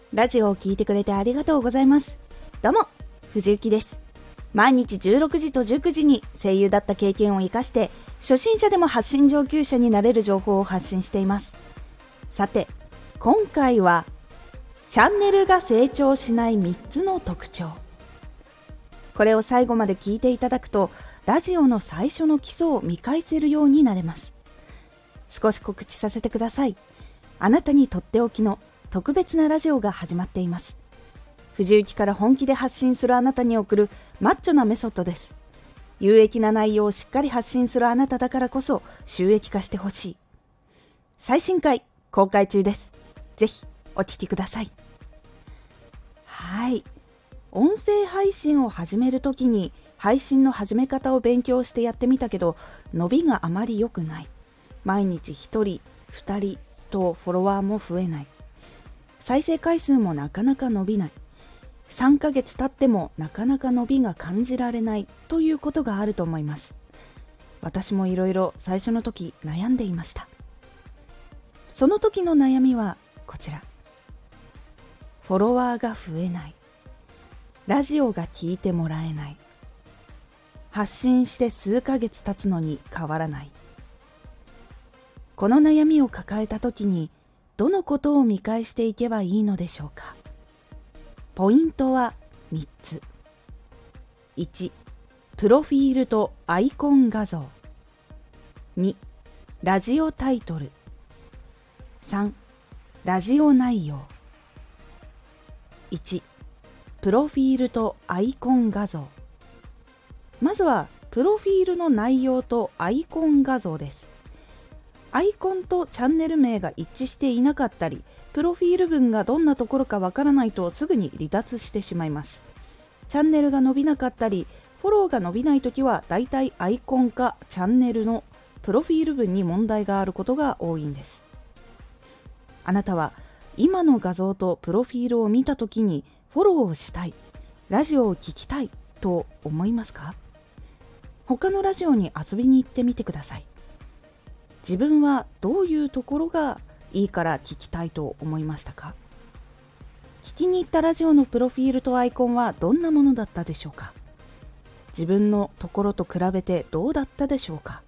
ラジオを聞いてくれてありがとうございます。どうも、藤幸です。毎日16時と19時に声優だった経験を生かして初心者でも発信上級者になれる情報を発信しています。さて、今回はチャンネルが成長しない3つの特徴。これを最後まで聞いていただくとラジオの最初の基礎を見返せるようになれます。少し告知させてください。あなたにとっておきの特別なラジオが始まっています。藤幸から本気で発信するあなたに送るマッチョなメソッドです。有益な内容をしっかり発信するあなただからこそ収益化してほしい。最新回公開中です。ぜひお聞きください。はい。音声配信を始めるときに配信の始め方を勉強してやってみたけど伸びがあまり良くない。毎日1人、2人とフォロワーも増えない。再生回数もなかなか伸びない。3ヶ月経ってもなかなか伸びが感じられないということがあると思います。私もいろいろ最初の時悩んでいました。その時の悩みはこちら。フォロワーが増えない。ラジオが聞いてもらえない。発信して数ヶ月経つのに変わらない。この悩みを抱えた時にどのことを見返していけばいいのでしょうか。ポイントは3つ。1、プロフィールとアイコン画像。2、ラジオタイトル。3、ラジオ内容。1、プロフィールとアイコン画像。まずはプロフィールの内容とアイコン画像です。アイコンとチャンネル名が一致していなかったり、プロフィール文がどんなところかわからないとすぐに離脱してしまいます。チャンネルが伸びなかったり、フォローが伸びないときはだいたいアイコンかチャンネルのプロフィール文に問題があることが多いんです。あなたは今の画像とプロフィールを見たときにフォローをしたい、ラジオを聞きたいと思いますか？他のラジオに遊びに行ってみてください。自分はどういうところがいいから聞きたいと思いましたか？聞きに行ったラジオのプロフィールとアイコンはどんなものだったでしょうか？自分のところと比べてどうだったでしょうか？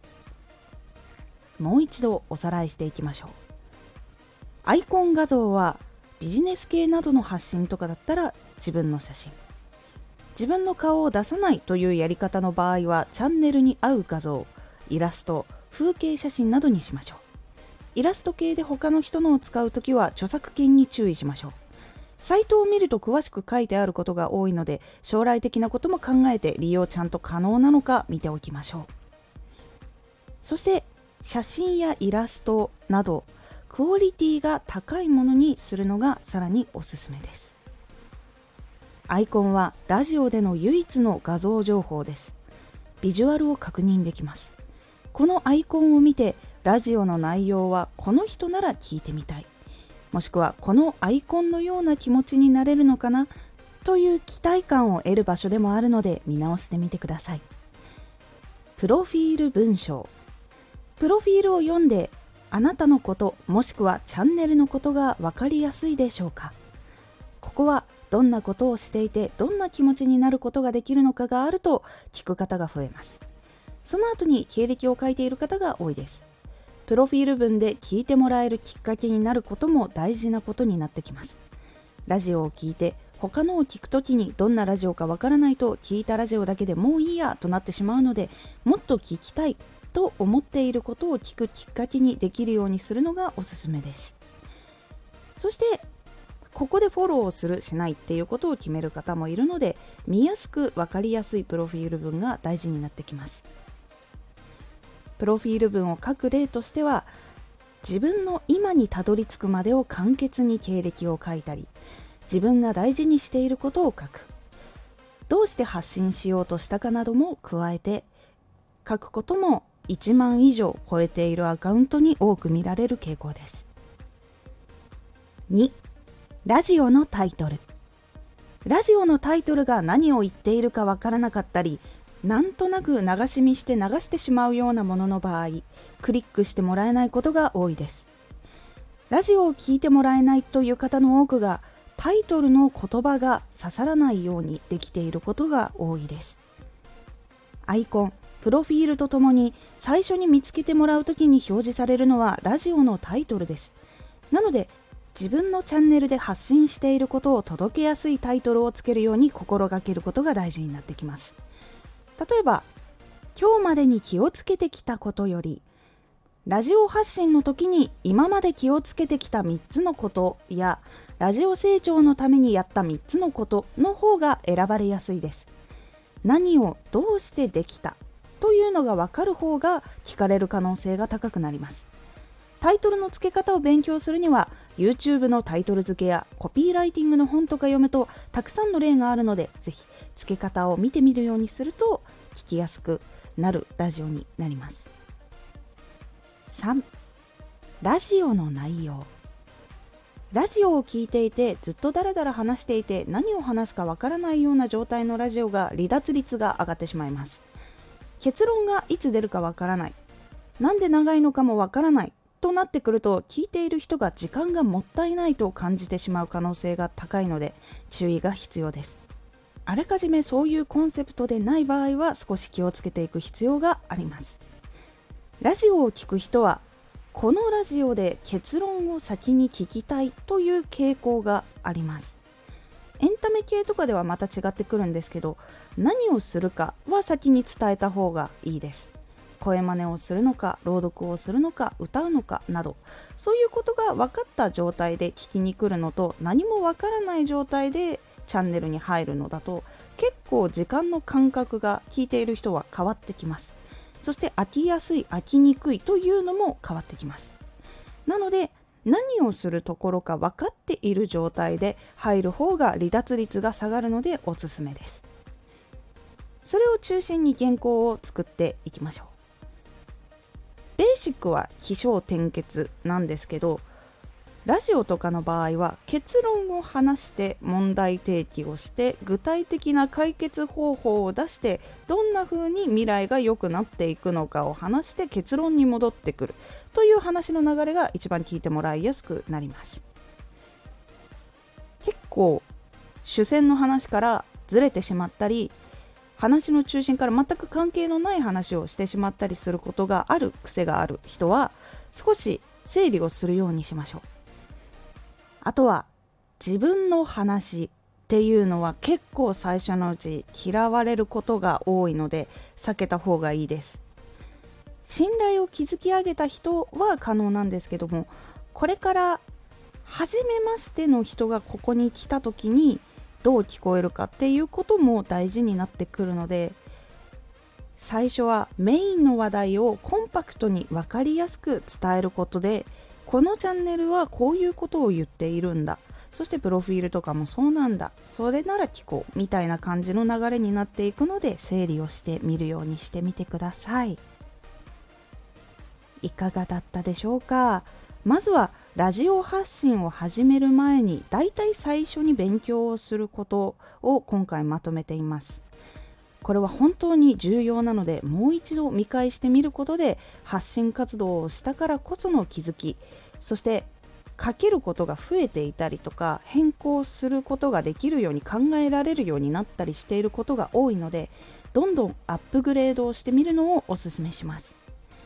もう一度おさらいしていきましょう。アイコン画像はビジネス系などの発信とかだったら自分の写真。自分の顔を出さないというやり方の場合はチャンネルに合う画像、イラスト、風景写真などにしましょう。イラスト系で他の人のを使うときは著作権に注意しましょう。サイトを見ると詳しく書いてあることが多いので将来的なことも考えて利用ちゃんと可能なのか見ておきましょう。そして写真やイラストなどクオリティが高いものにするのがさらにおすすめです。アイコンはラジオでの唯一の画像情報です。ビジュアルを確認できます。このアイコンを見てラジオの内容はこの人なら聞いてみたい、もしくはこのアイコンのような気持ちになれるのかなという期待感を得る場所でもあるので見直してみてください。プロフィール文章。プロフィールを読んであなたのこともしくはチャンネルのことが分かりやすいでしょうか？ここはどんなことをしていてどんな気持ちになることができるのかがあると聞く方が増えます。その後に経歴を書いている方が多いです。プロフィール文で聞いてもらえるきっかけになることも大事なことになってきます。ラジオを聞いて他のを聞くときにどんなラジオかわからないと聞いたラジオだけでもういいやとなってしまうので、もっと聞きたいと思っていることを聞くきっかけにできるようにするのがおすすめです。そしてここでフォローをするしないっていうことを決める方もいるので、見やすくわかりやすいプロフィール文が大事になってきます。プロフィール文を書く例としては、自分の今にたどり着くまでを簡潔に経歴を書いたり、自分が大事にしていることを書く、どうして発信しようとしたかなども加えて書くことも1万以上超えているアカウントに多く見られる傾向です。2、ラジオのタイトル。ラジオのタイトルが何を言っているかわからなかったり、なんとなく流し見して流してしまうようなものの場合、クリックしてもらえないことが多いです。ラジオを聞いてもらえないという方の多くがタイトルの言葉が刺さらないようにできていることが多いです。アイコン、プロフィールとともに最初に見つけてもらうときに表示されるのはラジオのタイトルです。なので自分のチャンネルで発信していることを届けやすいタイトルをつけるように心がけることが大事になってきます。例えば、今日までに気をつけてきたことより、ラジオ発信の時に今まで気をつけてきた3つのことや、ラジオ成長のためにやった3つのことの方が選ばれやすいです。何をどうしてできたというのが分かる方が聞かれる可能性が高くなります。タイトルの付け方を勉強するには YouTube のタイトル付けやコピーライティングの本とか読むとたくさんの例があるので、ぜひ付け方を見てみるようにすると聞きやすくなるラジオになります。3、ラジオの内容。ラジオを聞いていてずっとダラダラ話していて何を話すかわからないような状態のラジオが離脱率が上がってしまいます。結論がいつ出るかわからない、なんで長いのかもわからないとなってくると、聞いている人が時間がもったいないと感じてしまう可能性が高いので注意が必要です。あらかじめそういうコンセプトでない場合は少し気をつけていく必要があります。ラジオを聞く人はこのラジオで結論を先に聞きたいという傾向があります。エンタメ系とかではまた違ってくるんですけど、何をするかは先に伝えた方がいいです。声真似をするのか、朗読をするのか、歌うのかなど、そういうことが分かった状態で聞きに来るのと、何も分からない状態でチャンネルに入るのだと、結構時間の感覚が聞いている人は変わってきます。そして飽きやすい、飽きにくいというのも変わってきます。なので何をするところか分かっている状態で入る方が離脱率が下がるのでおすすめです。それを中心に原稿を作っていきましょう。ベーシックは起承転結なんですけど、ラジオとかの場合は結論を話して問題提起をして具体的な解決方法を出して、どんな風に未来が良くなっていくのかを話して結論に戻ってくるという話の流れが一番聞いてもらいやすくなります。結構主線の話からずれてしまったり、話の中心から全く関係のない話をしてしまったりすることがある癖がある人は、少し整理をするようにしましょう。あとは自分の話っていうのは結構最初のうち嫌われることが多いので避けた方がいいです。信頼を築き上げた人は可能なんですけども、これから初めましての人がここに来た時にどう聞こえるかっていうことも大事になってくるので、最初はメインの話題をコンパクトに分かりやすく伝えることで、このチャンネルはこういうことを言っているんだ、そしてプロフィールとかもそうなんだ、それなら聞こうみたいな感じの流れになっていくので、整理をしてみるようにしてみてください。いかがだったでしょうか。まずはラジオ発信を始める前にだいたい最初に勉強をすることを今回まとめています。これは本当に重要なので、もう一度見返してみることで発信活動をしたからこその気づき、そして書けることが増えていたりとか変更することができるように考えられるようになったりしていることが多いので、どんどんアップグレードをしてみるのをおすすめします。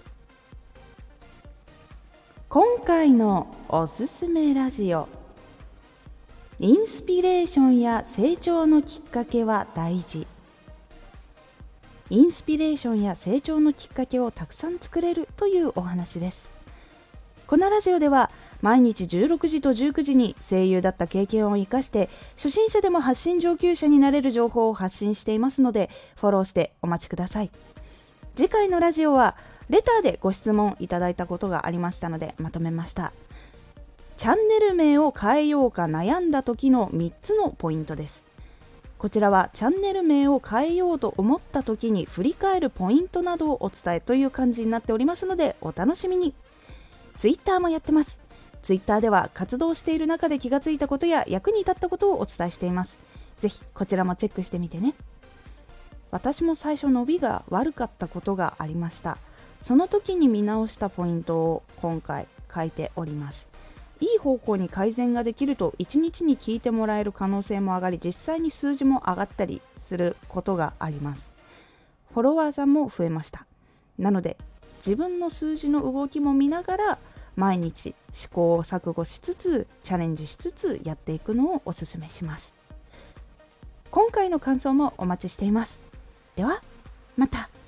今回のおすすめラジオ、インスピレーションや成長のきっかけは大事。インスピレーションや成長のきっかけをたくさん作れるというお話です。このラジオでは毎日16時と19時に声優だった経験を生かして初心者でも発信上級者になれる情報を発信していますので、フォローしてお待ちください。次回のラジオはレターでご質問いただいたことがありましたのでまとめました。チャンネル名を変えようか悩んだ時の3つのポイントです。こちらはチャンネル名を変えようと思った時に振り返るポイントなどをお伝えという感じになっておりますのでお楽しみに。ツイッターもやってます。ツイッターでは活動している中で気がついたことや役に立ったことをお伝えしています。ぜひこちらもチェックしてみてね。私も最初伸びが悪かったことがありました。その時に見直したポイントを今回書いております。 いい方向に改善ができると1日に聞いてもらえる可能性も上がり、実際に数字も上がったりすることがあります。フォロワーさんも増えました。なので自分の数字の動きも見ながら毎日試行錯誤しつつチャレンジしつつやっていくのをおすすめします。今回の感想もお待ちしています。ではまた。